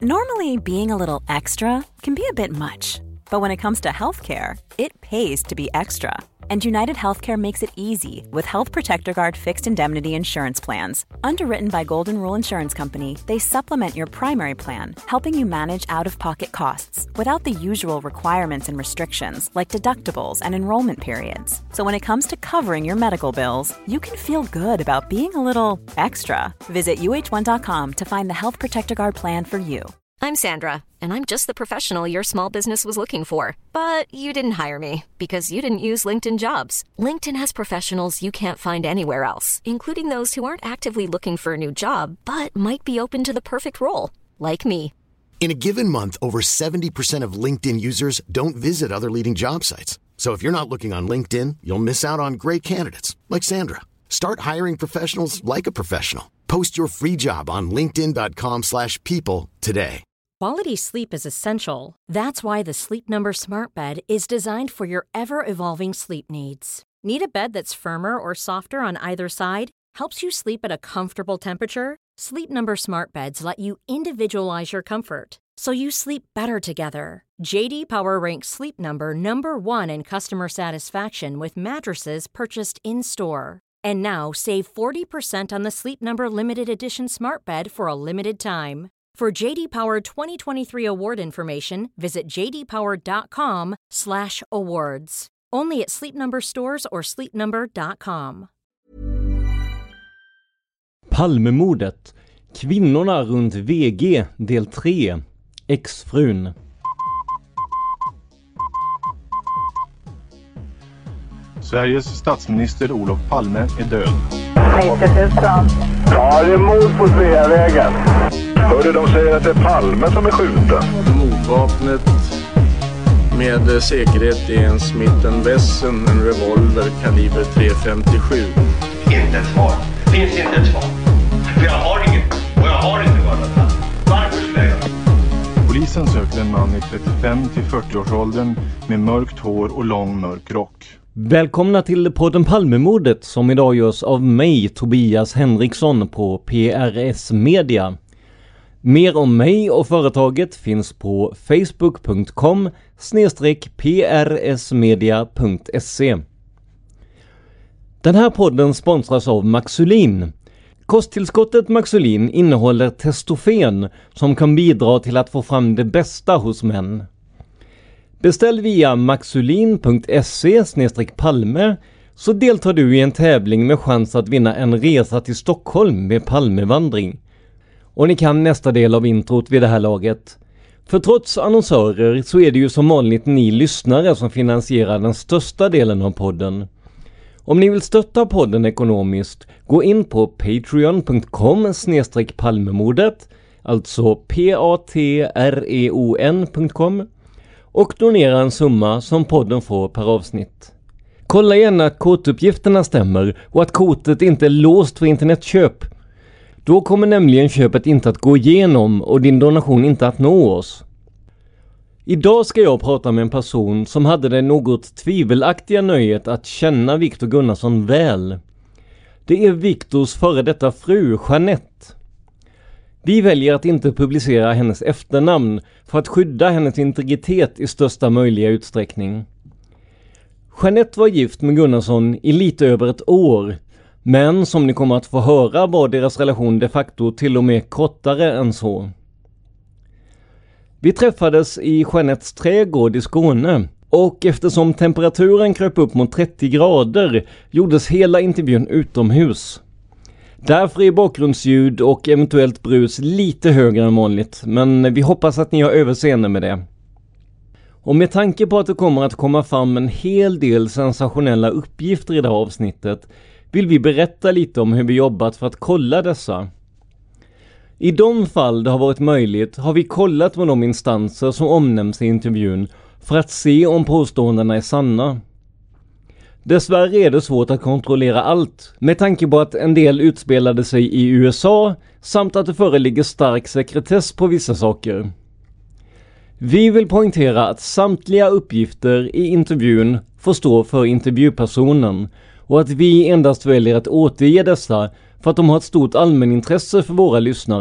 Normally, being a little extra can be a bit much, but when it comes to healthcare, it pays to be extra. And United Healthcare makes it easy with Health Protector Guard fixed indemnity insurance plans. Underwritten by Golden Rule Insurance Company, they supplement your primary plan, helping you manage out-of-pocket costs without the usual requirements and restrictions like deductibles and enrollment periods. So when it comes to covering your medical bills, you can feel good about being a little extra. Visit uh1.com to find the Health Protector Guard plan for you. I'm Sandra, and I'm just the professional your small business was looking for. But you didn't hire me because you didn't use LinkedIn Jobs. LinkedIn has professionals you can't find anywhere else, including those who aren't actively looking for a new job, but might be open to the perfect role, like me. In a given month, over 70% of LinkedIn users don't visit other leading job sites. So if you're not looking on LinkedIn, you'll miss out on great candidates like Sandra. Start hiring professionals like a professional. Post your free job on linkedin.com/people today. Quality sleep is essential. That's why the Sleep Number Smart Bed is designed for your ever-evolving sleep needs. Need a bed that's firmer or softer on either side? Helps you sleep at a comfortable temperature? Sleep Number Smart Beds let you individualize your comfort, so you sleep better together. J.D. Power ranks Sleep Number #1 in customer satisfaction with mattresses purchased in-store. And now save 40% on the Sleep Number Limited Edition Smart Bed for a limited time. For JD Power 2023 award information, visit jdpower.com/awards. Only at Sleep Number stores or sleepnumber.com. Palmemordet. Kvinnorna runt VG del 3. Exfrun. Sveriges statsminister Olof Palme är död. 90 000. Ja, det är mord på Sveavägen. Hörde de säger att det är Palme som är skjuten. Mordvapnet med säkerhet är en Smith & Wesson, en revolver kaliber .357. Inte ett svar. Finns inte ett svar. För jag har inget. Och jag har inte varit. Varför skulle jag? Polisen söker en man i 35 till 40-årsåldern med mörkt hår och lång mörk rock. Välkomna till podden Palmemordet som idag görs av mig, Tobias Henriksson på PRS Media. Mer om mig och företaget finns på facebook.com/prsmedia.se. Den här podden sponsras av Maxulin. Kosttillskottet Maxulin innehåller testofen som kan bidra till att få fram det bästa hos män. Beställ via maxulin.se/palme så deltar du i en tävling med chans att vinna en resa till Stockholm med Palmevandring. Och ni kan nästa del av introt vid det här laget. För trots annonsörer så är det ju som vanligt ni lyssnare som finansierar den största delen av podden. Om ni vill stötta podden ekonomiskt, gå in på patreon.com/palmemordet, alltså patreon.com, och donera en summa som podden får per avsnitt. Kolla gärna att kortuppgifterna stämmer och att kortet inte är låst för internetköp. Då kommer nämligen köpet inte att gå igenom och din donation inte att nå oss. Idag ska jag prata med en person som hade det något tvivelaktiga nöjet att känna Victor Gunnarsson väl. Det är Victors före detta fru, Jeanette. Vi väljer att inte publicera hennes efternamn för att skydda hennes integritet i största möjliga utsträckning. Jeanette var gift med Gunnarsson i lite över ett år, men som ni kommer att få höra var deras relation de facto till och med kortare än så. Vi träffades i Jeanettes trädgård i Skåne och eftersom temperaturen kröp upp mot 30 grader gjordes hela intervjun utomhus. Därför är bakgrundsljud och eventuellt brus lite högre än vanligt, men vi hoppas att ni har överseende med det. Och med tanke på att det kommer att komma fram en hel del sensationella uppgifter i det här avsnittet vill vi berätta lite om hur vi jobbat för att kolla dessa. I de fall det har varit möjligt har vi kollat med de instanser som omnämns i intervjun för att se om påståendena är sanna. Dessvärre är det svårt att kontrollera allt med tanke på att en del utspelade sig i USA samt att det föreligger stark sekretess på vissa saker. Vi vill poängtera att samtliga uppgifter i intervjun får stå för intervjupersonen och att vi endast väljer att återge dessa för att de har ett stort allmänintresse för våra lyssnare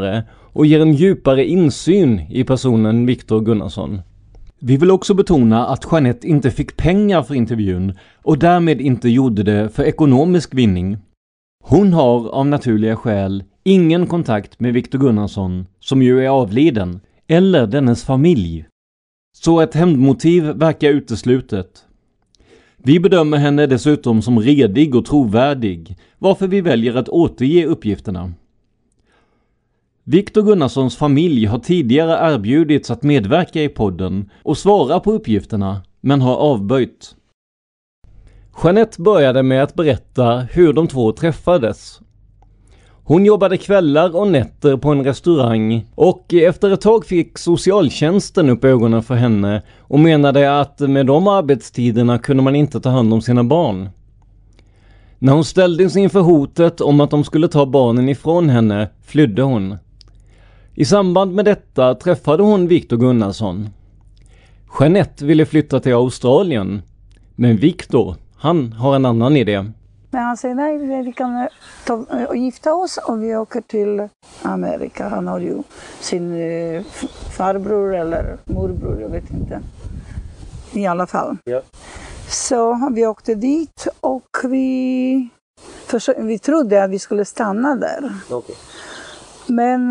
och ger en djupare insyn i personen Victor Gunnarsson. Vi vill också betona att Jeanette inte fick pengar för intervjun och därmed inte gjorde det för ekonomisk vinning. Hon har av naturliga skäl ingen kontakt med Victor Gunnarsson, som ju är avliden, eller dennes familj. Så ett hämndmotiv verkar uteslutet. Vi bedömer henne dessutom som redig och trovärdig, varför vi väljer att återge uppgifterna. Victor Gunnarssons familj har tidigare erbjudits att medverka i podden och svara på uppgifterna, men har avböjt. Jeanette började med att berätta hur de två träffades. Hon jobbade kvällar och nätter på en restaurang och efter ett tag fick socialtjänsten upp ögonen för henne och menade att med de arbetstiderna kunde man inte ta hand om sina barn. När hon ställdes inför hotet om att de skulle ta barnen ifrån henne flydde hon. I samband med detta träffade hon Victor Gunnarsson. Jeanette ville flytta till Australien, men Victor, han har en annan idé. Men han säger nej, vi kan gifta oss och vi åker till Amerika. Han har ju sin farbror eller morbror, jag vet inte. I alla fall. Ja. Så vi åkte dit och vi trodde att vi skulle stanna där. Okay. Men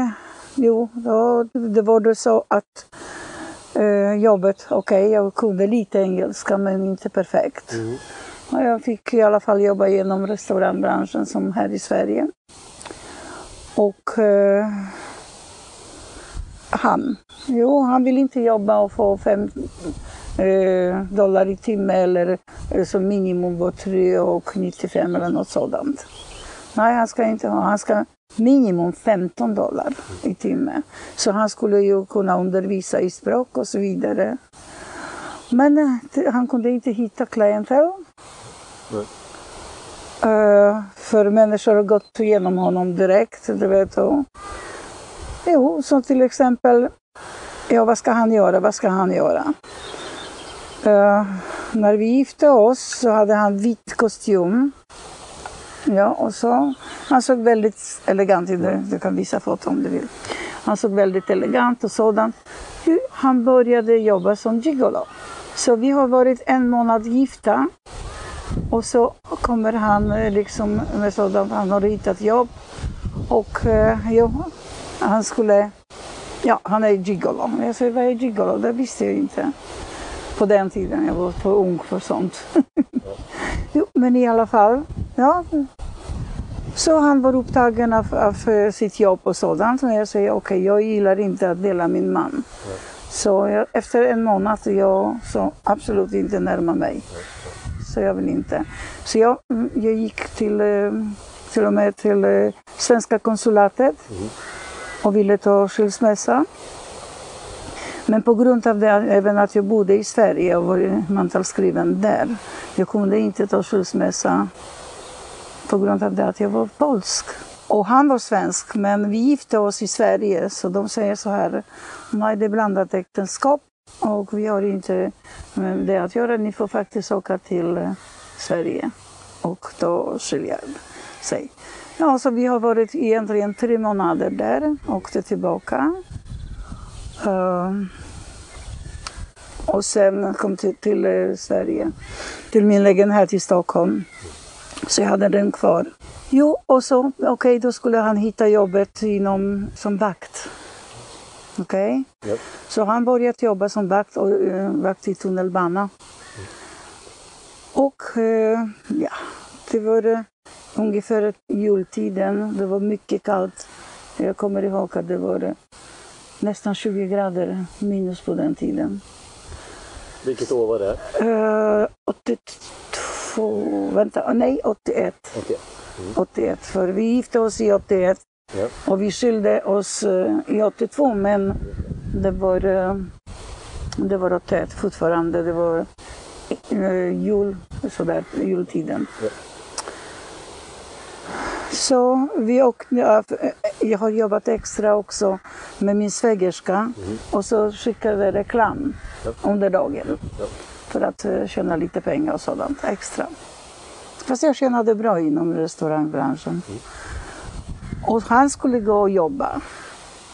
det var då så att jobbet, jag kunde lite engelska men inte perfekt. Mm. Och jag fick i alla fall jobba inom restaurangbranschen som här i Sverige. Och han vill inte jobba och få $5 i timme eller som minimum var 3,95 eller något sådant. Nej, han ska inte ha. Han ska minimum $15 i timme. Så han skulle ju kunna undervisa i språk och så vidare. Men han kunde inte hitta klientel. För människor har gått igenom honom direkt, du vet. Så till exempel, vad ska han göra? När vi gifte oss så hade han vit kostym. Ja, och så, han såg väldigt elegant ut, du kan visa foto om du vill. Han såg väldigt elegant och sådant. Han började jobba som gigolo. Så vi har varit 1 månad gifta. Och så kommer han liksom med sådant, han har ritat jobb. Och han är gigolo. Jag säger, vad är gigolo? Det visste jag inte. På den tiden, jag var för ung för sånt. Men i alla fall, så han var upptagen av sitt jobb och sådant. Och jag säger, jag gillar inte att dela min man. Så efter 1 månad, så absolut inte närma mig. Så jag vill inte. Så jag gick till och med till svenska konsulatet och ville ta skilsmässa. Men på grund av det, även att jag bodde i Sverige och var mantalsskriven där, jag kunde inte ta skilsmässa på grund av det att jag var polsk. Och han var svensk, men vi gifte oss i Sverige, så de säger så här, nej, det är blandat äktenskap och vi har inte med det att göra, ni får faktiskt åka till Sverige och då skilja sig. Ja, så vi har varit egentligen 3 månader där, åkte tillbaka. Och sen kom till Sverige, till min lägenhet i Stockholm. Så jag hade den kvar. Och så, då skulle han hitta jobbet som vakt. Yep. Så han började jobba som vakt i tunnelbana. Och det var ungefär jultiden. Det var mycket kallt. Jag kommer ihåg att det var nästan 20 grader minus på den tiden. Vilket år var det? 81. Okay. 81, för vi gifte oss i 81 och vi skilde oss i 82, men det var tätt fortfarande, det var jultiden. Så jag har jobbat extra också med min svägerska och så skickade reklam under dagen för att tjäna lite pengar och sådant extra. Fast jag tjänade bra inom restaurangbranschen. Och han skulle gå och jobba.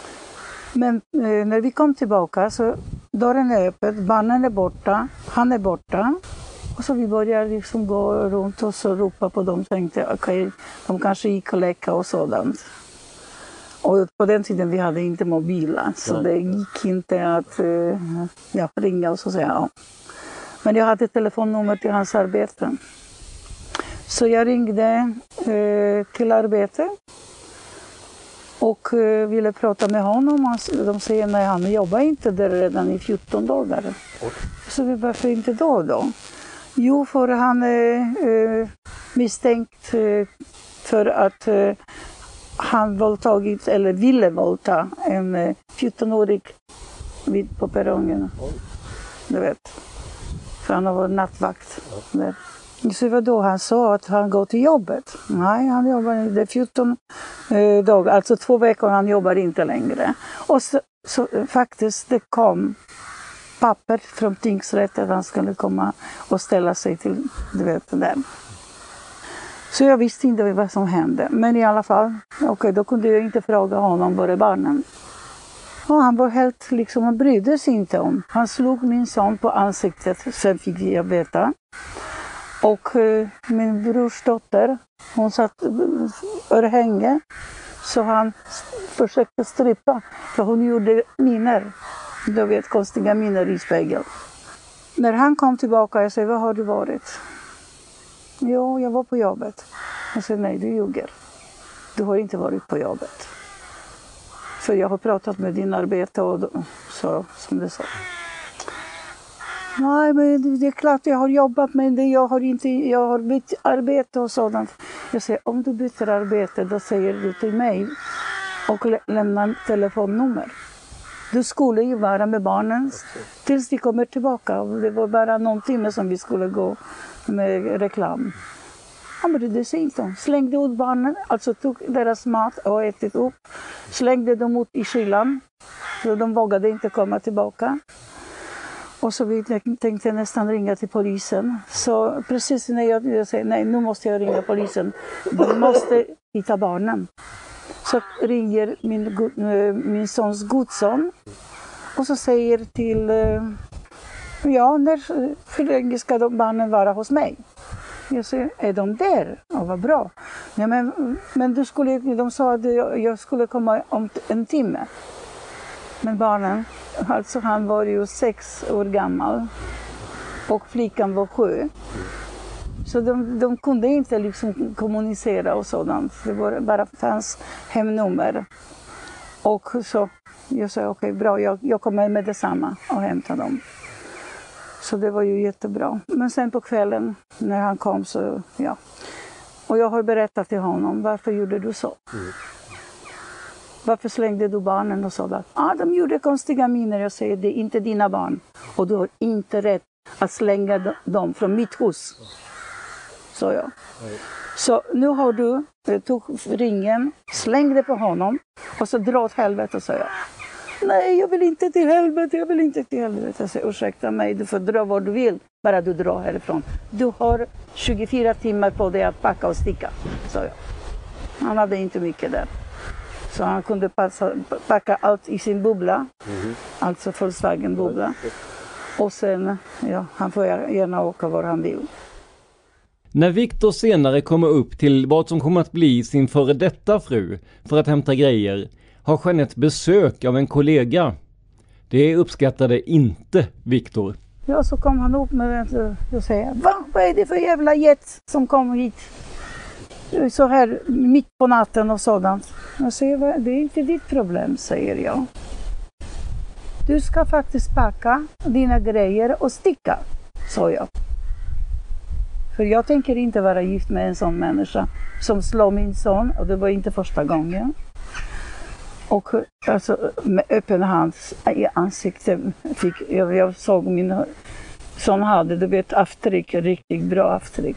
Men när vi kom tillbaka så dörren är öppen, barnen är borta, han är borta. Och så vi började liksom gå runt och så ropa på dem. Tänkte okej, de kanske gick och läcka och sådant. Och på den tiden vi hade inte mobiler. Så det gick inte att ringa och så säga. Ja. Men jag hade telefonnummer till hans arbete. Så jag ringde till arbete. Och ville prata med honom. De säger nej, han jobbar inte där redan i 14 dagar. Så varför inte då? Jo, för han är misstänkt för att han våldtagit eller ville våldta en 14-årig på perrongen. Du vet. För han har varit nattvakt där. Så det var då han sa att han går till jobbet. Nej, han jobbar inte 14 dagar, alltså 2 veckor, han jobbar inte längre. Och så faktiskt det kom papper från tingsrätten att han skulle komma och ställa sig till, du vet, där. Så jag visste inte vad som hände. Men i alla fall, då kunde jag inte fråga honom bara barnen. Och han var helt liksom, han brydde sig inte om. Han slog min son på ansiktet, sen fick jag veta. Och min brors dotter, hon satt örhänge. Så han försökte strippa, för hon gjorde miner. Du vet, konstiga miner i spegeln. När han kom tillbaka, jag sa, vad har du varit? Jo, jag var på jobbet. Jag sa, nej, du ljuger. Du har inte varit på jobbet. För jag har pratat med din arbete och så, som det sa. Nej, men det är klart jag har jobbat, men jag har bytt arbete och sådant. Jag säger, om du byter arbete, då säger du till mig och lämnar telefonnummer. Du skulle ju vara med barnen tills de kommer tillbaka. Det var bara någon timme som vi skulle gå med reklam. Han brydde sig inte om. Slängde ut barnen, alltså tog deras mat och ätit upp. Slängde dem ut i kylan. Så de vågade inte komma tillbaka. Och så vi tänkte nästan ringa till polisen. Så precis när jag säger nej, nu måste jag ringa polisen. De måste hitta barnen. Så ringer min sons godson. Och så säger till, hur länge ska barnen vara hos mig? Jag säger, är de där? Ja, vad bra. Ja, men de sa att jag skulle komma om en timme. Men barnen, alltså han var ju 6 år gammal och flickan var 7. Så de kunde inte liksom kommunicera och sådant. Det var bara fanns hemnummer. Och så jag sa okej, bra, jag kommer med detsamma och hämta dem. Så det var ju jättebra. Men sen på kvällen när han kom så, ja. Och jag har berättat till honom, varför gjorde du så? Varför slängde du barnen och sådär? De gjorde konstiga miner. Jag säger, det är inte dina barn. Och du har inte rätt att slänga dem från mitt hus. Så jag. Så nu har du tog ringen, slängde på honom och så dra åt helvete, sa jag. Nej, jag vill inte till helvete, Jag säger, ursäkta mig, du får dra vad du vill. Bara du drar härifrån. Du har 24 timmar på dig att packa och sticka, sa jag. Han hade inte mycket där. Så han kunde packa allt i sin bubbla. Alltså Volkswagen-bubbla. Och sen, han får gärna åka var han vill. När Viktor senare kommer upp till vad som kommer att bli sin före detta fru för att hämta grejer har Jeanette besök av en kollega. Det uppskattade inte Viktor. Ja, så kom han upp med och säger, vad är det för jävla jet som kom hit? Så här mitt på natten och sådant. Jag säger, det är inte ditt problem, säger jag. Du ska faktiskt packa dina grejer och sticka, sa jag. För jag tänker inte vara gift med en sån människa som slår min son, och det var inte första gången. Och alltså, med öppen hand i ansiktet jag såg min son hade, du vet, avtryck, riktigt bra avtryck.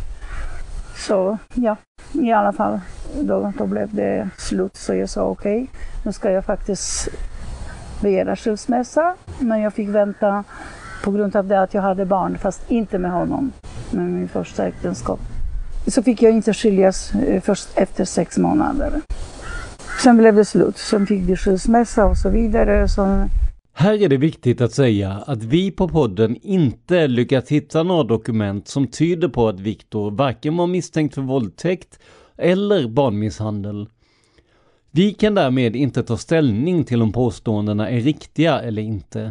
Så ja, i alla fall, då blev det slut, så jag sa okej, nu ska jag faktiskt begära skilsmässa. Men jag fick vänta på grund av det att jag hade barn, fast inte med honom, med min första äktenskap. Så fick jag inte skiljas först efter 6 månader. Sen blev det slut. Sen fick vi skilsmässa och så vidare. Så... Här är det viktigt att säga att vi på podden inte lyckats hitta några dokument som tyder på att Viktor varken var misstänkt för våldtäkt eller barnmisshandel. Vi kan därmed inte ta ställning till om påståendena är riktiga eller inte.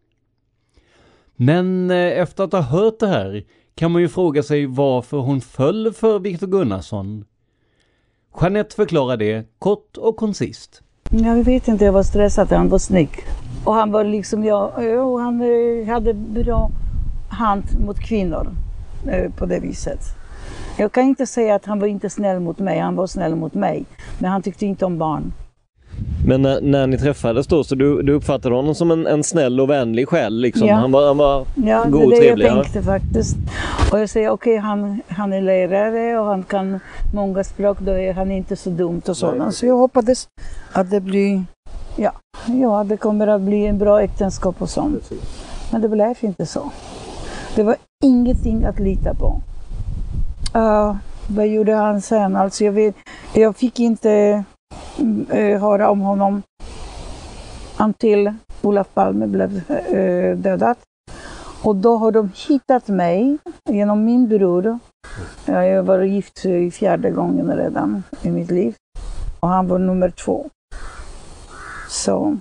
Men efter att ha hört det här kan man ju fråga sig varför hon föll för Viktor Gunnarsson. Jeanette förklarar det kort och koncist. Jag vet inte, jag var stressad, han var snygg. Och han var liksom, han hade bra hand mot kvinnor på det viset. Jag kan inte säga att han var inte snäll mot mig, han var snäll mot mig. Men han tyckte inte om barn. Men när ni träffades då, så du uppfattade honom som en snäll och vänlig själ liksom? Ja. Han var god och trevlig. Ja, det jag tänkte faktiskt. Och jag säger, okej, han är lärare och han kan många språk, då är han inte så dumt och sådant. Så jag hoppades att det blir, det kommer att bli en bra äktenskap och sånt. Men det blev inte så. Det var ingenting att lita på. Vad gjorde han sen? Alltså jag fick inte höra om honom until Olof Palme blev dödad. Och då har de hittat mig genom min bror. Jag var gift i 4:e gången redan i mitt liv. Och han var nummer 2. Så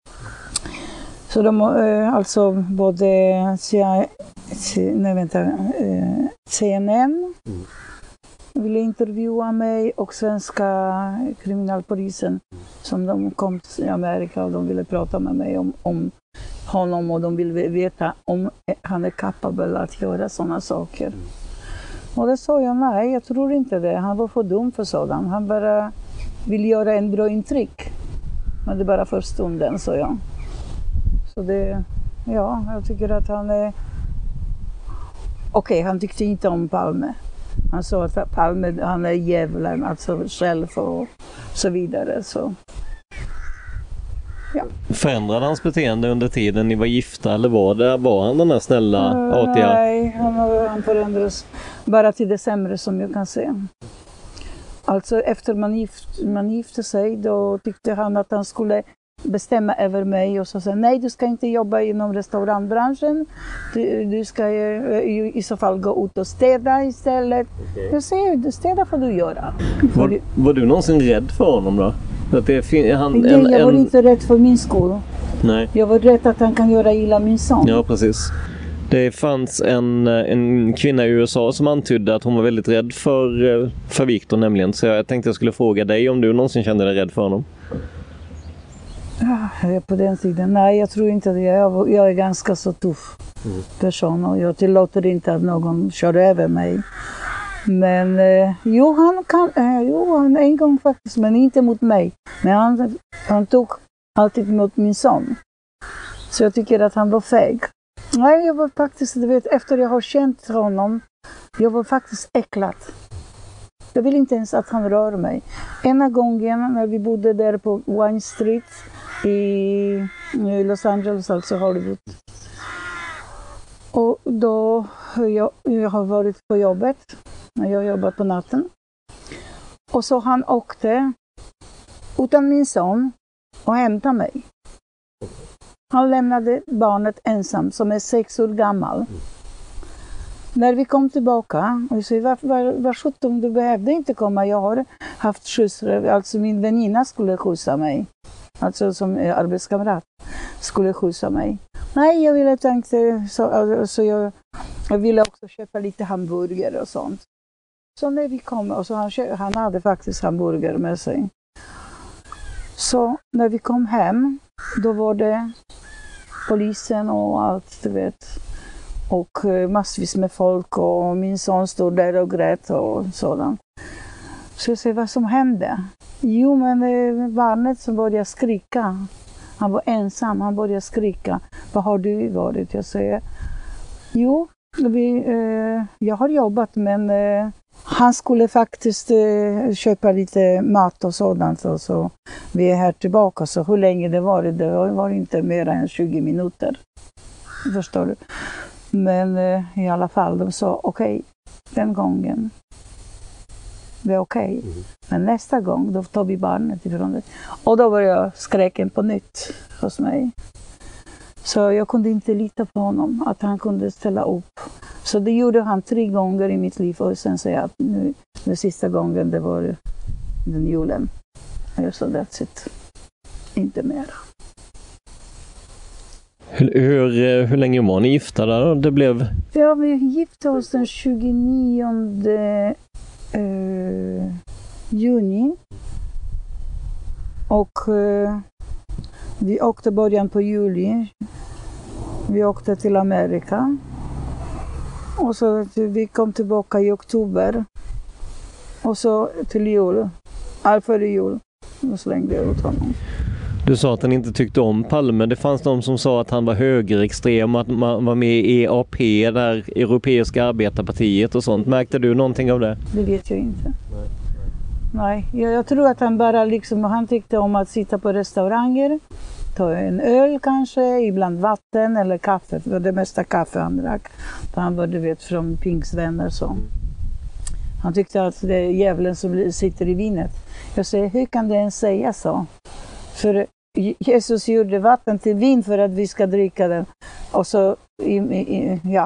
de alltså både CNN ville intervjua mig och svenska kriminalpolisen som de kom till Amerika och de ville prata med mig om honom och de ville veta om han är kapabel att göra sådana saker. Och det sa jag, nej, jag tror inte det. Han var för dum för sådant. Han bara vill göra en bra intryck. Men det är bara för stunden, sa jag. Så det, jag tycker att han är... Okej, han tyckte inte om Palme. Han sa att Palme, han är djävulen, alltså själv och så vidare. Så. Ja. Förändrade hans beteende under tiden ni var gifta eller var han den där snälla, artiga? Nej, han förändrades bara till det sämre som jag kan se. Alltså efter man gifte sig, då tyckte han att han skulle bestämma över mig och så sa nej, du ska inte jobba inom restaurangbranschen. Du ska i så fall gå ut och städa istället. Okay. Jag säger, städa får du göra. Var du någonsin rädd för honom då? Att jag var inte rädd för min skull. Nej. Jag var rädd att han kan göra illa min son. Ja, precis. Det fanns en kvinna i USA som antydde att hon var väldigt rädd för Viktor nämligen. Så jag tänkte jag skulle fråga dig om du någonsin kände dig rädd för honom. På den tiden, nej, jag tror inte det. Jag är ganska så tuff person och jag tillåter inte att någon kör över mig. Men han en gång faktiskt, men inte mot mig. Men han tog alltid mot min son. Så jag tycker att han var feg. Nej, jag var faktiskt, efter jag har känt honom, jag var faktiskt äcklad. Jag vill inte ens att han rör mig. Ena gången när vi bodde där på Wine Street i Los Angeles, alltså Hollywood. Och då jag har varit på jobbet, när jag jobbat på natten. Och så han åkte utan min son och hämtade mig. Han lämnade barnet ensam som är 6 år gammal. När vi kom tillbaka och jag sa, var 17, du behövde inte komma, jag har haft skjuts, alltså min väninna skulle skjutsa mig. Alltså som arbetskamrat skulle skjutsa mig. Nej, jag ville jag ville också köpa lite hamburgare och sånt. Så när vi kom, och så han hade faktiskt hamburgare med sig. Så när vi kom hem, då var det polisen och allt, du vet. Och massvis med folk och min son stod där och grät och sådant. Så jag säger, vad som hände? Jo, men barnet som började skrika. Han var ensam, han började skrika. Vad har du varit? Jag säger, jo, jag har jobbat, men han skulle faktiskt köpa lite mat och sådant. Och så vi är här tillbaka, så hur länge det var inte mer än 20 minuter. Förstår du? Men i alla fall, de sa okej, den gången det är okej. Men nästa gång, då tar vi barnet ifrån det. Och då började skräcken på nytt hos mig. Så jag kunde inte lita på honom, att han kunde ställa upp. Så det gjorde han 3 gånger i mitt liv och sen säger jag att den sista gången det var den julen. Och jag sa that's it. Inte mer. Hur länge var ni gifta där? Det blev... Ja, vi gifte oss den 29 juni. Och vi åkte början på juli. Vi åkte till Amerika. Och så vi kom tillbaka i oktober. Och så till jul. Före jul. Och slängde jag ut honom. Du sa att han inte tyckte om Palme. Det fanns de som sa att han var högerextrem, att man var med i EAP, där Europeiska arbetarpartiet och sånt. Märkte du någonting av det? Det vet jag inte. Nej. Jag tror att han bara han tyckte om att sitta på restauranger, ta en öl kanske, ibland vatten eller kaffe. Det var det mesta kaffe han drack. Han var från Pinksvänner så. Han tyckte att det är djävulen som sitter i vinet. Jag säger, hur kan det ens säga så? För Jesus gjorde vatten till vin för att vi ska dricka den. Och så, ja.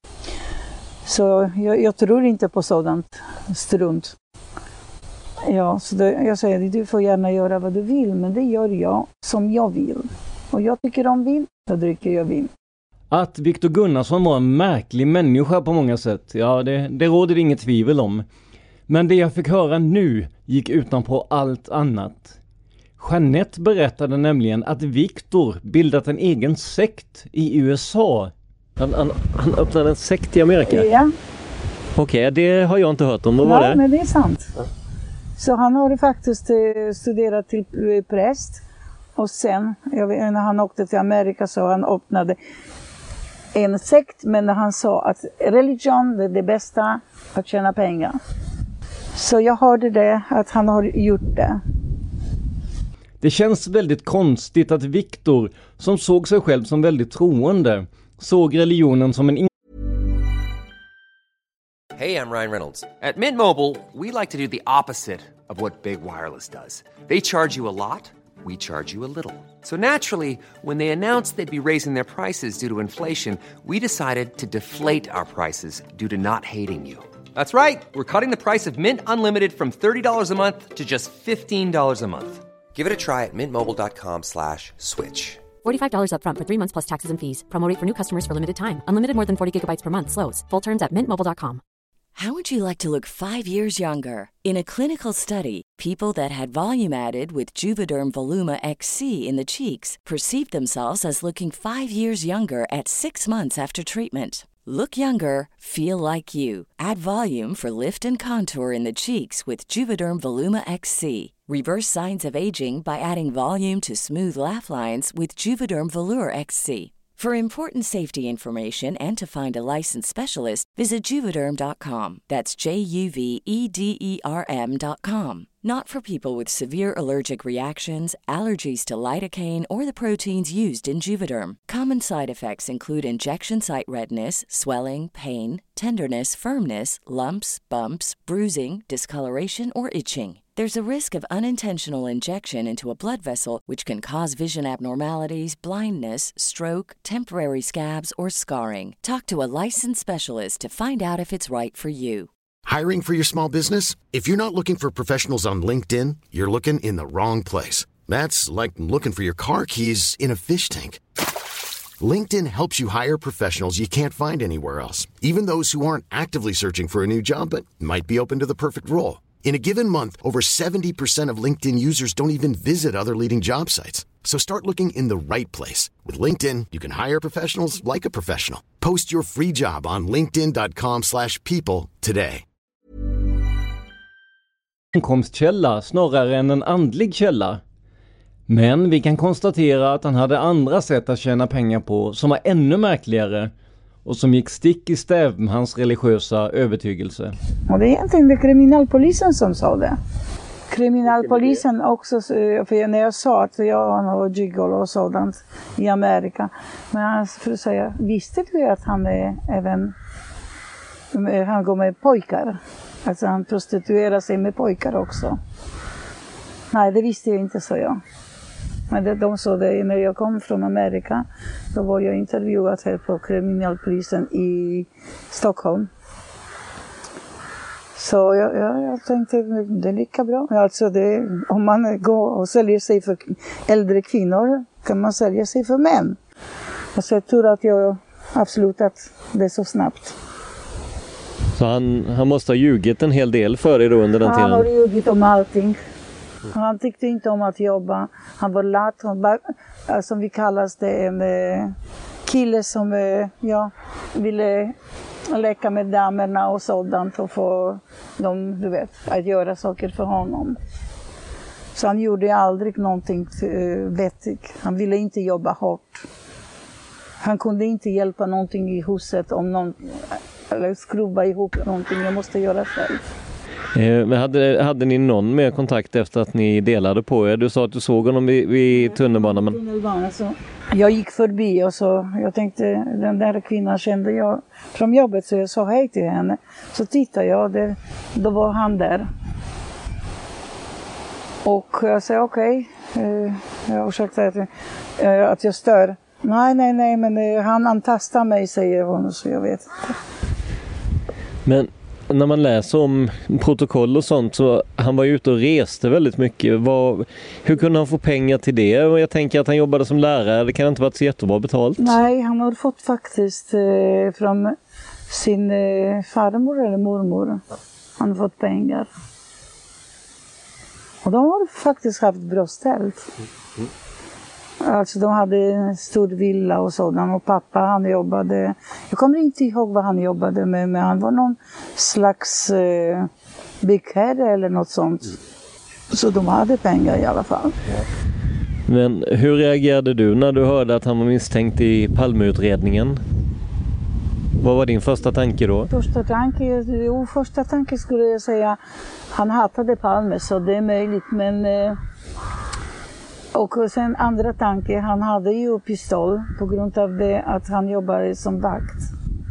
Så jag tror inte på sådant strunt. Ja, så jag säger, du får gärna göra vad du vill, men det gör jag som jag vill. Och jag tycker om vin, då dricker jag vin. Att Victor Gunnarsson var en märklig människa på många sätt, ja det råder det inget tvivel om. Men det jag fick höra nu gick utanpå allt annat. Jeanette berättade nämligen att Victor bildat en egen sekt i USA. Han öppnade en sekt i Amerika? Ja. Okej, det har jag inte hört om. Vad var det? Men det är sant. Så han har faktiskt studerat till präst. Och sen, när han åkte till Amerika så han öppnade en sekt. Men när han sa att religion är det bästa att tjäna pengar. Så jag hörde det, att han har gjort det. Det känns väldigt konstigt att Victor, som såg sig själv som väldigt troende, såg religionen som en... Hey, I'm Ryan Reynolds. At Mint Mobile, we like to do the opposite of what Big Wireless does. They charge you a lot, we charge you a little. So naturally, when they announced they'd be raising their prices due to inflation, we decided to deflate our prices due to not hating you. That's right. We're cutting the price of Mint Unlimited from $30 a month to just $15 a month. Give it a try at mintmobile.com/switch. $45 up front for 3 months plus taxes and fees. Promo rate for new customers for limited time. Unlimited more than 40 gigabytes per month slows. Full terms at mintmobile.com. How would you like to look 5 years younger? In a clinical study, people that had volume added with Juvederm Voluma XC in the cheeks perceived themselves as looking 5 years younger at 6 months after treatment. Look younger, feel like you. Add volume for lift and contour in the cheeks with Juvederm Voluma XC. Reverse signs of aging by adding volume to smooth laugh lines with Juvederm Volure XC. For important safety information and to find a licensed specialist, visit Juvederm.com. That's JUVEDERM.com. Not for people with severe allergic reactions, allergies to lidocaine, or the proteins used in Juvederm. Common side effects include injection site redness, swelling, pain, tenderness, firmness, lumps, bumps, bruising, discoloration, or itching. There's a risk of unintentional injection into a blood vessel, which can cause vision abnormalities, blindness, stroke, temporary scabs, or scarring. Talk to a licensed specialist to find out if it's right for you. Hiring for your small business? If you're not looking for professionals on LinkedIn, you're looking in the wrong place. That's like looking for your car keys in a fish tank. LinkedIn helps you hire professionals you can't find anywhere else, even those who aren't actively searching for a new job but might be open to the perfect role. In a given month, over 70% of LinkedIn users don't even visit other leading job sites. So start looking in the right place. With LinkedIn, you can hire professionals like a professional. Post your free job on linkedin.com/people today. Inkomstkälla snarare än en andlig källa. Men vi kan konstatera att han hade andra sätt att tjäna pengar på som var ännu märkligare och som gick stick i stäv med hans religiösa övertygelse. Och det är egentligen det kriminalpolisen som sa det. Kriminalpolisen också, för när jag sa att jag var gigolo och sådant i Amerika. Men han skulle säga, visste du att han är även, han går med pojkar? Alltså han prostituerar sig med pojkar också. Nej, det visste jag inte, så jag. Men de sa det när jag kom från Amerika. Då var jag intervjuad här på kriminalpolisen i Stockholm. Så jag tänkte, det är lika bra. Alltså om man går och säljer sig för äldre kvinnor kan man sälja sig för män. Och så jag tror att jag absolut att det är så snabbt. Så han måste ha ljugit en hel del för dig då under den tiden? Han har ljugit om allting. Han tyckte inte om att jobba. Han var lat. Som vi kallas det, en kille som ville leka med damerna och sådant och få dem, du vet, att göra saker för honom. Så han gjorde aldrig någonting vettigt. Han ville inte jobba hårt. Han kunde inte hjälpa någonting i huset om någon, eller skruva ihop någonting. Jag måste göra själv. Men hade ni någon mer kontakt efter att ni delade på er? Du sa att du såg honom vid tunnelbanan. Men... Så jag gick förbi och så jag tänkte, den där kvinnan kände jag från jobbet, så jag sa hej till henne. Så tittade jag, då var han där. Och jag sa okej. Jag ursäktar att jag stör. Nej, men han antastar mig, säger hon, så jag vet inte. Men när man läser om protokoll och sånt, så han var ju ute och reste väldigt mycket. Hur kunde han få pengar till det? Och jag tänker att han jobbade som lärare, det kan inte varit så jättebra betalt. Nej, han har fått faktiskt från sin farmor eller mormor. Han har fått pengar. Och de har faktiskt haft bra ställt. Alltså de hade en stor villa och sådan, och pappa han jobbade, jag kommer inte ihåg vad han jobbade med, men han var någon slags byggherre eller något sånt. Så de hade pengar i alla fall. Men hur reagerade du när du hörde att han var misstänkt i Palmeutredningen? Vad var din första tanke då? Första tanke skulle jag säga, han hatade Palme, så det är möjligt, men... Och sen andra tanke, han hade ju pistol på grund av det att han jobbade som vakt.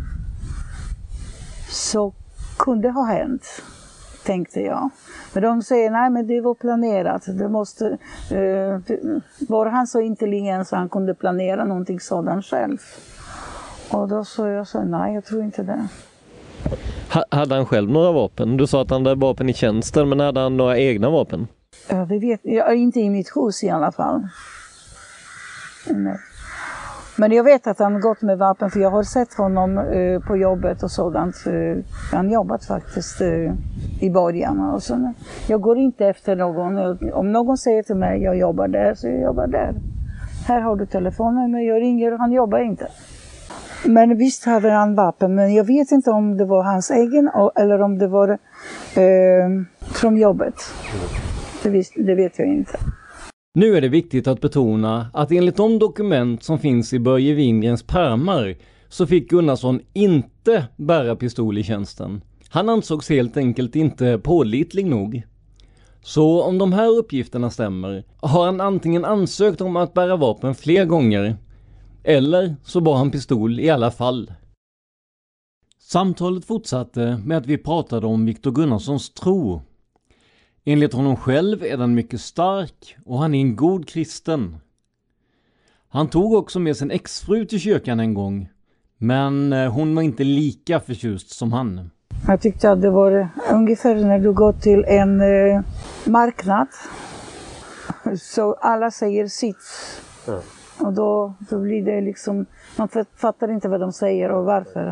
Så kunde ha hänt, tänkte jag. Men de säger nej, men det var planerat. Det måste, var han så intelligent så han kunde planera någonting sådant själv. Och då sa jag så, nej, jag tror inte det. Hade han själv några vapen? Du sa att han hade vapen i tjänsten, men hade han några egna vapen? Ja, det vet jag. Inte i mitt hus i alla fall. Nej. Men jag vet att han gått med vapen, för jag har sett honom på jobbet och sådant. Han jobbat faktiskt i början. Och så, jag går inte efter någon. Om någon säger till mig jag jobbar där, så jag jobbar där. Här har du telefonen, men jag ringer och han jobbar inte. Men visst hade han vapen, men jag vet inte om det var hans egen eller om det var från jobbet. Det vet jag inte. Nu är det viktigt att betona att enligt de dokument som finns i Börje Wingrens pärmar så fick Gunnarsson inte bära pistol i tjänsten. Han ansågs helt enkelt inte pålitlig nog. Så om de här uppgifterna stämmer har han antingen ansökt om att bära vapen fler gånger, eller så bar han pistol i alla fall. Samtalet fortsatte med att vi pratade om Viktor Gunnarssons tro. Enligt honom själv är den mycket stark och han är en god kristen. Han tog också med sin exfru till kyrkan en gång, men hon var inte lika förtjust som han. Jag tyckte att det var ungefär när du går till en marknad, så alla säger sitt. Mm. Och då blir det liksom, man fattar inte vad de säger och varför.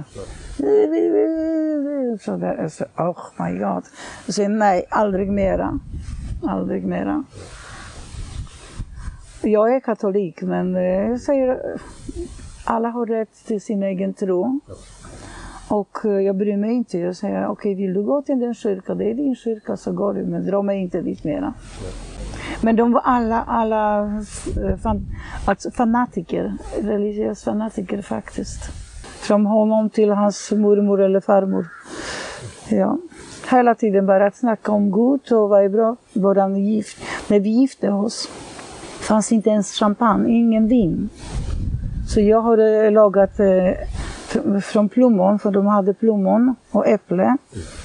Så där, så, oh my god. Och säger nej, aldrig mera. Aldrig mera. Jag är katolik, men jag säger alla har rätt till sin egen tro. Och jag bryr mig inte. Jag säger okej, vill du gå till den kyrka, det är din kyrka, så går du, men dra mig inte dit mera. Men de var alla fanatiker, religiösa fanatiker faktiskt. Från honom till hans mormor eller farmor. Ja. Hela tiden bara att snacka om Gud och vad är bra. När vi gifte oss fanns inte ens champagne, ingen vin. Så jag hade lagat från plommon, för de hade plommon och äpple.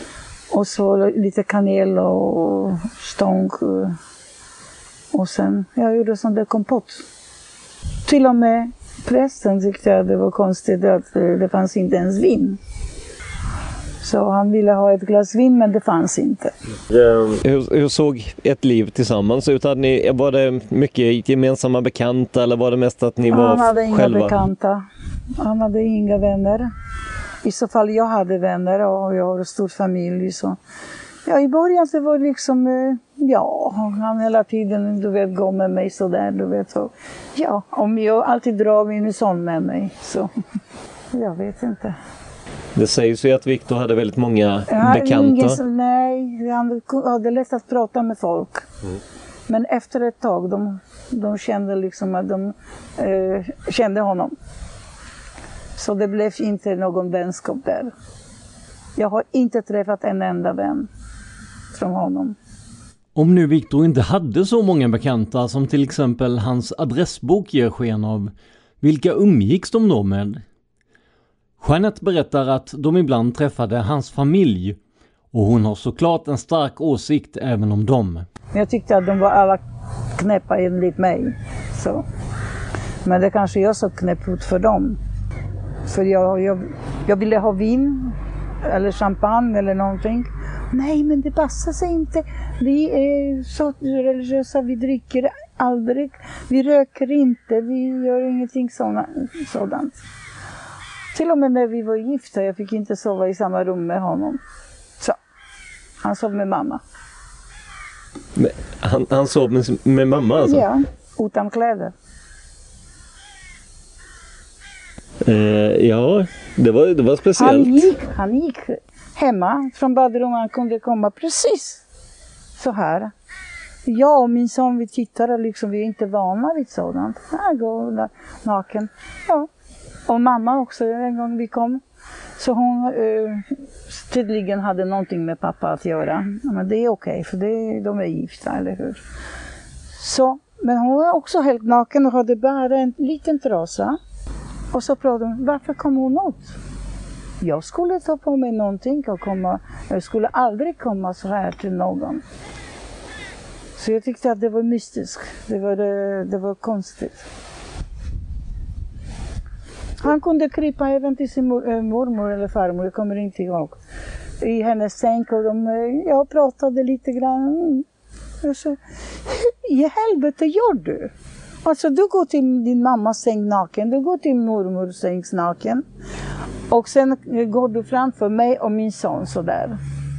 Och så lite kanel och stång. Och sen jag gjorde sån där kompott. Till och med prästen tyckte att det var konstigt att det fanns inte ens vin. Så han ville ha ett glas vin, men det fanns inte. Hur såg ett liv tillsammans ut? Var det mycket gemensamma bekanta eller var det mest att ni var själva? Han hade inga bekanta. Han hade inga vänner. I så fall jag hade vänner och jag har en stor familj. Så. Ja, i början det var liksom, han hela tiden, du vet, gå med mig sådär, du vet. Så. Ja, om jag alltid drar min son med mig, så jag vet inte. Det sägs ju att Viktor hade väldigt många bekanta. Nej, han hade lätt att prata med folk. Men efter ett tag, de kände liksom att de kände honom. Så det blev inte någon vänskap där. Jag har inte träffat en enda vän från honom. Om nu Viktor inte hade så många bekanta som till exempel hans adressbok ger sken av, vilka umgicks de då med? Jeanette berättar att de ibland träffade hans familj och hon har såklart en stark åsikt även om dem. Jag tyckte att de var alla knäppa enligt mig. Så. Men det kanske jag så knäpp ut för dem. För jag ville ha vin eller champagne eller någonting. Nej, men det passar sig inte. Vi är så religiösa, vi dricker aldrig. Vi röker inte, vi gör ingenting sådant. Till och med när vi var gifta, jag fick inte sova i samma rum med honom. Så, han sov med mamma. Han sov med mamma alltså? Ja, utan kläder. Ja, det var speciellt. Han gick hemma från badrummet, han kunde komma precis så här. Jag och min son, vi tittade liksom, vi är inte vana vid sådant. Han går där naken. Ja. Och mamma också, en gång vi kom. Så hon tydligen hade någonting med pappa att göra. Men det är okej, för de är gifta, eller hur? Så, men hon var också helt naken och hade bara en liten trasa. Och så pratade hon, varför kom hon ut? Jag skulle ta på mig någonting och jag skulle aldrig komma så här till någon. Så jag tyckte att det var mystiskt, det var konstigt. Han kunde krypa även till sin mormor eller farmor, jag kommer inte ihåg. I hennes säng och jag pratade lite grann. Jag sa, i helvete gör du? Alltså du går till din mammas säng naken, du går till mormors säng naken. Och sen går du framför mig och min son sådär.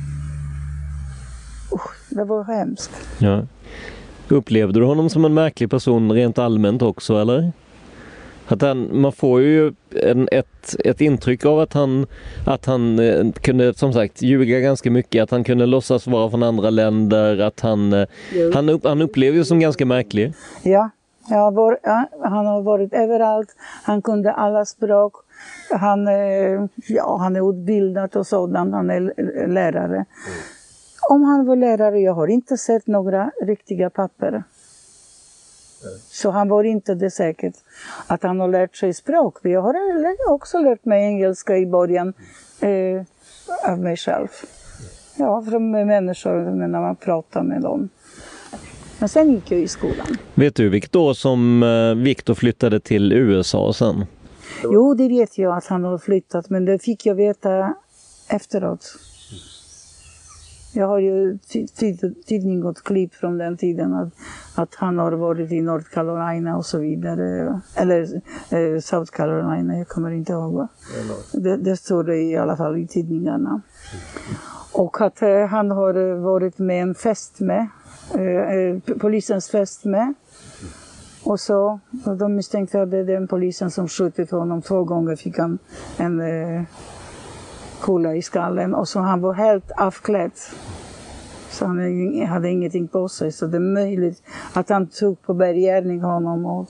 Det var hemskt. Ja. Upplevde du honom som en märklig person rent allmänt också, eller? Man får ju ett intryck av att han kunde, som sagt, ljuga ganska mycket, att han kunde låtsas vara från andra länder, att han upplevde ju som ganska märklig. Ja, han har varit överallt, han kunde alla språk, han är utbildad och sådant, han är lärare. Om han var lärare, jag har inte sett några riktiga papper. Så han var inte det säkert att han har lärt sig språk. Jag har också lärt mig engelska i början av mig själv. Ja, från människor när man pratar med dem. Men sen gick jag i skolan. Vet du vilket år som Viktor flyttade till USA sen? Jo, det vet jag att han har flyttat, men det fick jag veta efteråt. Jag har ju tidning och klipp från den tiden att han har varit i North Carolina och så vidare. Eller South Carolina, jag kommer inte ihåg. Det står det i alla fall i tidningarna. Och att han har varit med en fest med, polisens fest med. Och så, och de misstänkte att det är den polisen som skjutit honom 2 gånger, fick han en kula i skallen. Och så han var helt avklädd. Så han hade ingenting på sig. Så det är möjligt att han tog på berggärning honom. Och...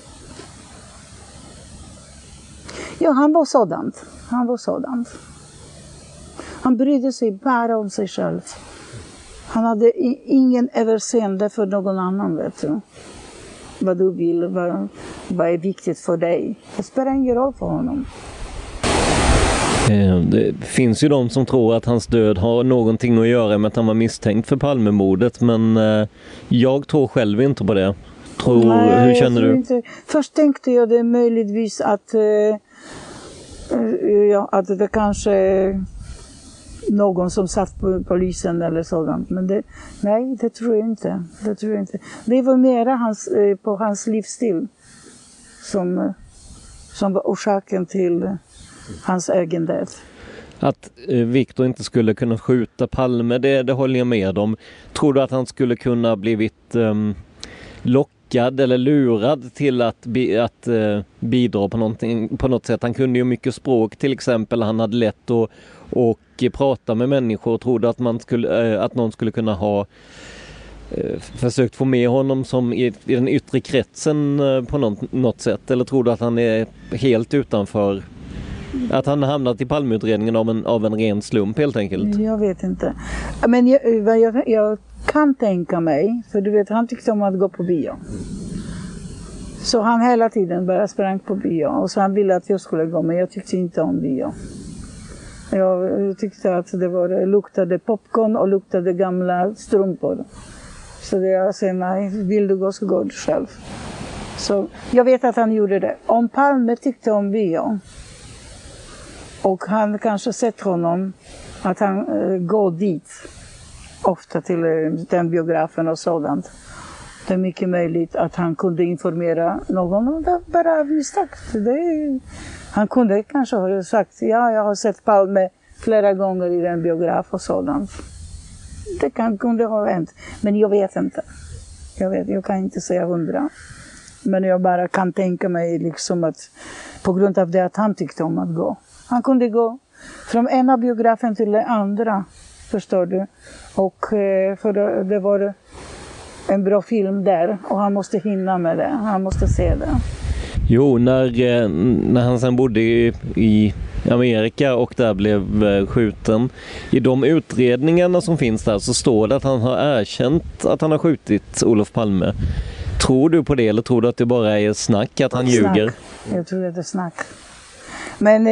Ja, han var sådant. Han brydde sig bara om sig själv. Han hade ingen överseende för någon annan, vet du. Vad du vill, vad är viktigt för dig. Det spelar ingen roll för honom. Det finns ju de som tror att hans död har någonting att göra med att han var misstänkt för Palmemordet, men jag tror själv inte på det. Nej, hur känner du? Inte. Först tänkte jag det möjligtvis att det kanske någon som satt på polisen eller sådant, men det tror jag inte. Det var mera på hans livsstil som var orsaken till hans egen död. Att Viktor inte skulle kunna skjuta Palme, det håller jag med om. Tror du att han skulle kunna blivit lockad eller lurad till att bidra på något sätt? Han kunde ju mycket språk till exempel. Han hade lätt att prata med människor. Tror du att någon skulle kunna ha försökt få med honom som i den yttre kretsen på något sätt? Eller tror du att han är helt utanför? Att han hamnat i Palmeutredningen av en ren slump helt enkelt? Jag vet inte. Men jag kan tänka mig, för du vet, han tyckte om att gå på bio. Så han hela tiden bara sprang på bio. Och så han ville att jag skulle gå, men jag tyckte inte om bio. Jag tyckte att det luktade popcorn och luktade gamla strumpor. Så jag sa, nej, vill du gå så går du själv. Så jag vet att han gjorde det. Om Palme tyckte om bio och han kanske sett honom att han går dit ofta till den biografen och sådant. Det är mycket möjligt att han kunde informera någon om det bara av misstag. Han kunde kanske ha sagt, ja, jag har sett Palme flera gånger i den biograf och sådant. Det kunde ha hänt, men jag vet inte. Jag kan inte säga 100. Men jag bara kan tänka mig liksom att på grund av det att han tyckte om att gå. Han kunde gå från ena biografen till den andra, förstår du. Och för det var en bra film där och han måste hinna med det. Han måste se det. Jo, när han sen bodde i Amerika och där blev skjuten. I de utredningarna som finns där så står det att han har erkänt att han har skjutit Olof Palme. Tror du på det eller tror du att det bara är snack, att han ljuger? Jag tror att det är snack. Men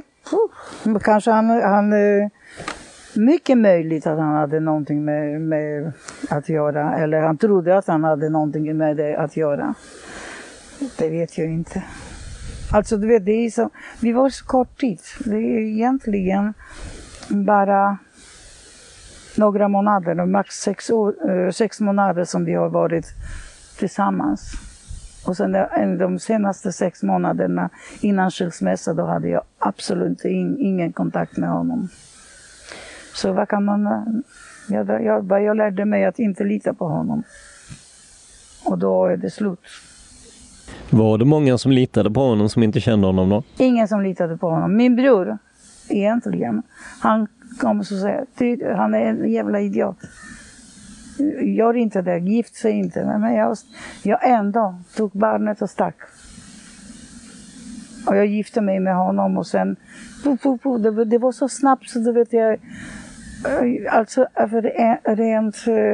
kanske han mycket möjligt att han hade någonting med att göra. Eller han trodde att han hade någonting med det att göra. Det vet jag inte. Alltså du vet, det är så, vi var så kort tid. Det är egentligen bara några månader, max 6 månader som vi har varit tillsammans. Och sen de senaste 6 månaderna innan skilsmässa då hade jag absolut ingen kontakt med honom. Så vad kan man... Jag lärde mig att inte lita på honom. Och då är det slut. Var det många som litade på honom som inte kände honom då? Ingen som litade på honom. Min bror, egentligen, han kom och säga, han är en jävla idiot. Gör inte det, gift sig inte. Men jag ändå tog barnet och stack. Och jag gifte mig med honom och sen... Det var så snabbt så du vet jag... Alltså rent...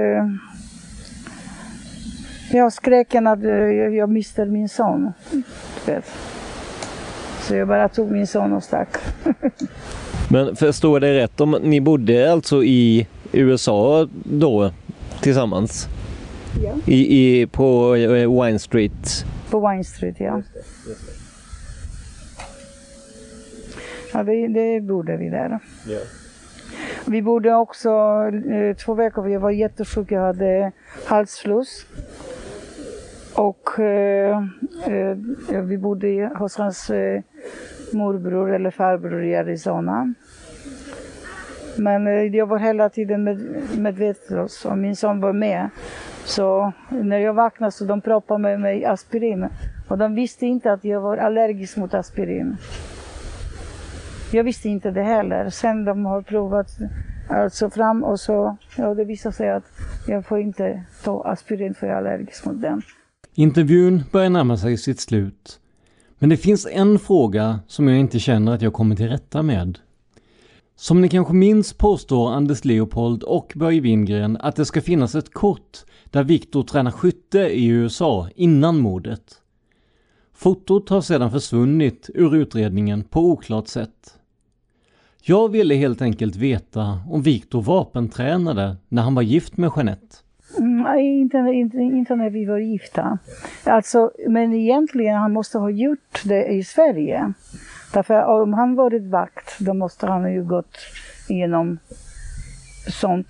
Jag skrek att jag miste min son. Vet. Så jag bara tog min son och stack. Men förstår det rätt om ni bodde alltså i USA då tillsammans? Ja. På Wine Street? På Wine Street, ja. Just det. Ja, det bodde vi där. Ja. Vi bodde också 2 veckor, jag var jättesjuk, jag hade halsfluss. Och vi bodde hos hans morbror eller farbror i Arizona. Men jag var hela tiden medvetslös och min son var med. Så när jag vaknade så de proppade med mig aspirin. Och de visste inte att jag var allergisk mot aspirin. Jag visste inte det heller. Sen de har provat alltså fram och så, ja, det visade sig att jag får inte ta aspirin för jag är allergisk mot den. Intervjun börjar närma sig sitt slut. Men det finns en fråga som jag inte känner att jag kommer till rätta med. Som ni kanske minns påstår Anders Leopold och Börje Wingren att det ska finnas ett kort där Viktor tränar skytte i USA innan mordet. Fotot har sedan försvunnit ur utredningen på oklart sätt. Jag ville helt enkelt veta om Victor vapentränade när han var gift med Jeanette. Inte när vi var gifta. Alltså, men egentligen han måste ha gjort det i Sverige. Därför om han varit vakt, då måste han ju gått igenom sånt.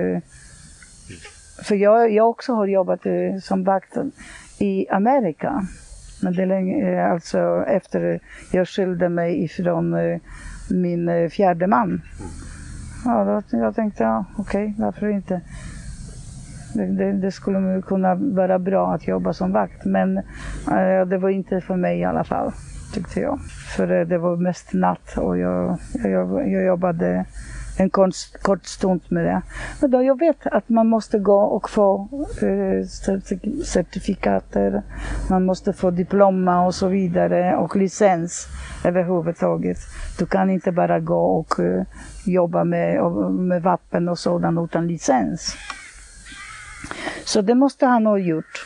För jag också har jobbat som vakt i Amerika. Men det är länge, alltså efter jag skilde mig ifrån min fjärde man. Ja, då jag tänkte, okej, varför inte? Det skulle kunna vara bra att jobba som vakt, men det var inte för mig i alla fall, tyckte jag. För det var mest natt och jag jobbade en kort stund med det. Men då jag vet att man måste gå och få certifikater, man måste få diploma och så vidare och licens överhuvudtaget. Du kan inte bara gå och jobba med vapen och sådant utan licens. Så det måste han ha gjort.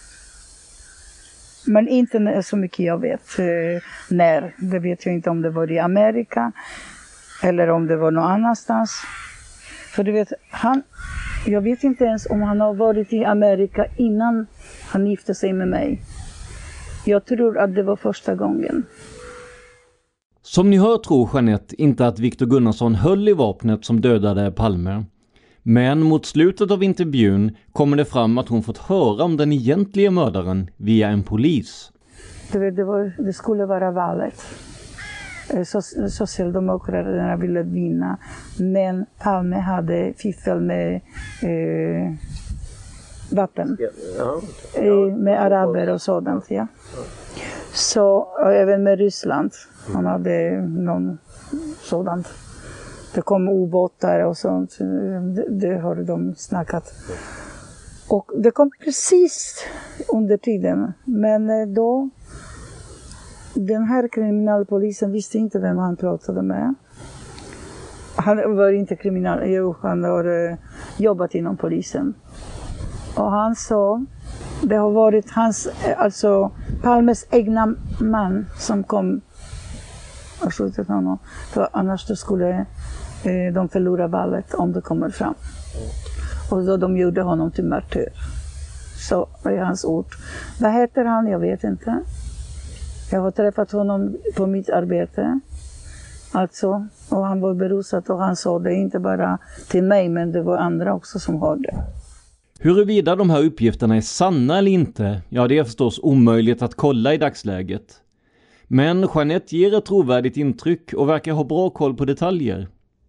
Men inte så mycket jag vet när. Det vet jag inte om det var i Amerika eller om det var någon annanstans. För du vet, jag vet inte ens om han har varit i Amerika innan han gifte sig med mig. Jag tror att det var första gången. Som ni hör tror Jeanette inte att Victor Gunnarsson höll i vapnet som dödade Palme. Men mot slutet av intervjun kommer det fram att hon fått höra om den egentliga mördaren via en polis. Det skulle vara valet. Socialdemokraterna ville vinna. Men Palme hade fiffel med vapen. Med araber och sådant. Ja. Så även med Ryssland. Han hade någon sådant. Det kom ubåtar och sånt. Det har de snackat. Och det kom precis under tiden. Men då, den här kriminalpolisen visste inte vem han pratade med. Han var inte kriminal. Jo, han har jobbat inom polisen. Och han sa, det har varit hans, alltså Palmes egna man som kom och skjutit honom. För annars då skulle de förlora valet om det kommer fram. Och då de gjorde honom till martyr. Så är hans ord. Vad heter han? Jag vet inte. Jag har träffat honom på mitt arbete. Alltså, och han var berusad och han sa det inte bara till mig, men det var andra också som hörde. Huruvida de här uppgifterna är sanna eller inte, ja det är förstås omöjligt att kolla i dagsläget. Men Jeanette ger ett trovärdigt intryck och verkar ha bra koll på detaljer.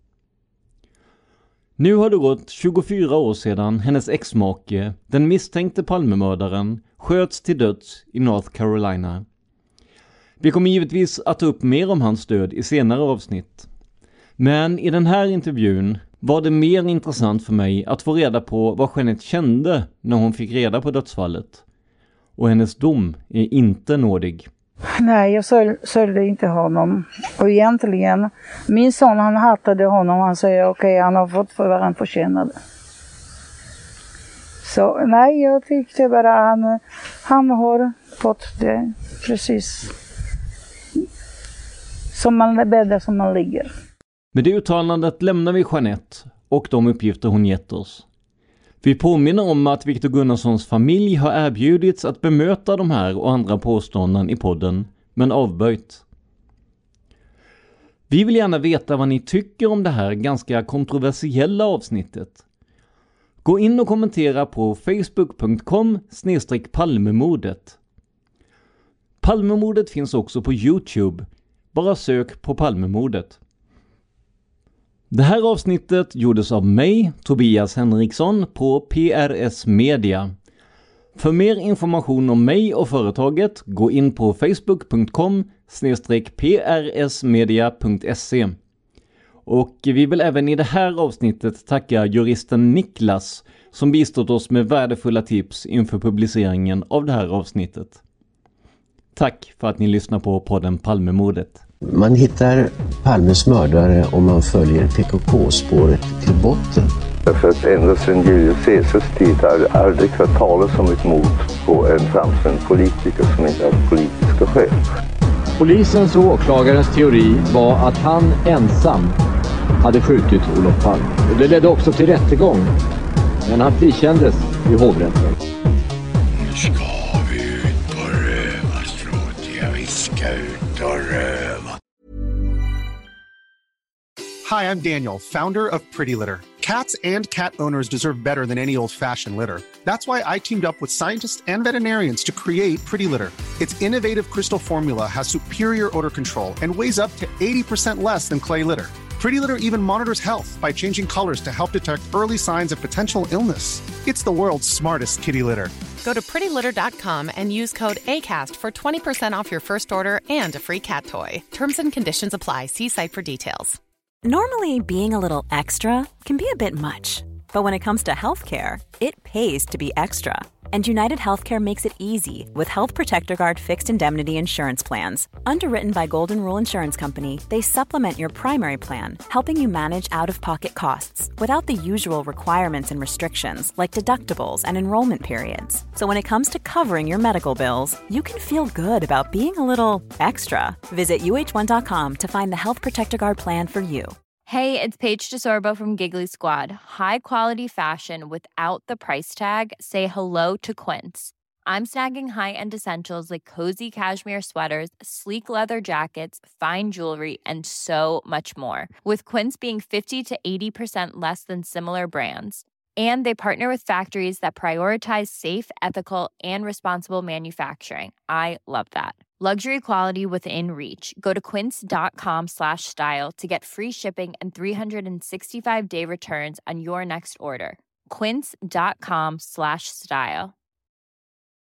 Nu har det gått 24 år sedan hennes exmake, den misstänkte Palmemördaren, sköts till döds i North Carolina. Vi kommer givetvis att ta upp mer om hans död i senare avsnitt. Men i den här intervjun var det mer intressant för mig att få reda på vad Jeanette kände när hon fick reda på dödsfallet. Och hennes dom är inte nådig. Nej, jag sålde inte honom. Och egentligen, min son han hatade honom. Han säger okej, han har fått för vad han förtjänade. Så nej, jag tyckte bara han har fått det precis som man bäddar, som man ligger. Med det uttalandet lämnar vi Jeanette och de uppgifter hon gett oss. Vi påminner om att Victor Gunnarssons familj har erbjudits att bemöta de här och andra påståenden i podden, men avböjt. Vi vill gärna veta vad ni tycker om det här ganska kontroversiella avsnittet. Gå in och kommentera på facebook.com/Palmemordet. Palmemordet finns också på YouTube. Bara sök på Palmemordet. Det här avsnittet gjordes av mig, Tobias Henriksson, på PRS Media. För mer information om mig och företaget, gå in på facebook.com/prsmedia.se. Och vi vill även i det här avsnittet tacka juristen Niklas som bistått oss med värdefulla tips inför publiceringen av det här avsnittet. Tack för att ni lyssnar på podden Palmemordet. Man hittar Palmes mördare om man följer PKK-spåret till botten. Därför att ända sedan Julius Caesars tid har det aldrig hört talas om ett mord på en framstående politiker som inte har politiska skäl. Polisens och åklagarens teori var att han ensam hade skjutit Olof Palme. Och det ledde också till rättegång. Men han frikändes i hovrätten. Nu ska vi ut på rövarstråt. Ja, vi ska ut och röva. Hi, I'm Daniel, founder of Pretty Litter. Cats and cat owners deserve better than any old-fashioned litter. That's why I teamed up with scientists and veterinarians to create Pretty Litter. Its innovative crystal formula has superior odor control and weighs up to 80% less than clay litter. Pretty Litter even monitors health by changing colors to help detect early signs of potential illness. It's the world's smartest kitty litter. Go to prettylitter.com and use code ACAST for 20% off your first order and a free cat toy. Terms and conditions apply. See site for details. Normally, being a little extra can be a bit much, but when it comes to healthcare, it pays to be extra. And United Healthcare makes it easy with Health Protector Guard fixed indemnity insurance plans. Underwritten by Golden Rule Insurance Company, they supplement your primary plan, helping you manage out-of-pocket costs without the usual requirements and restrictions like deductibles and enrollment periods. So when it comes to covering your medical bills, you can feel good about being a little extra. Visit uh1.com to find the Health Protector Guard plan for you. Hey, it's Paige DeSorbo from Giggly Squad. High quality fashion without the price tag. Say hello to Quince. I'm snagging high-end essentials like cozy cashmere sweaters, sleek leather jackets, fine jewelry, and so much more. With Quince being 50 to 80% less than similar brands. And they partner with factories that prioritize safe, ethical, and responsible manufacturing. I love that. Luxury quality within reach. Go to quince.com/style to get free shipping and 365-day returns on your next order. Quince.com/style.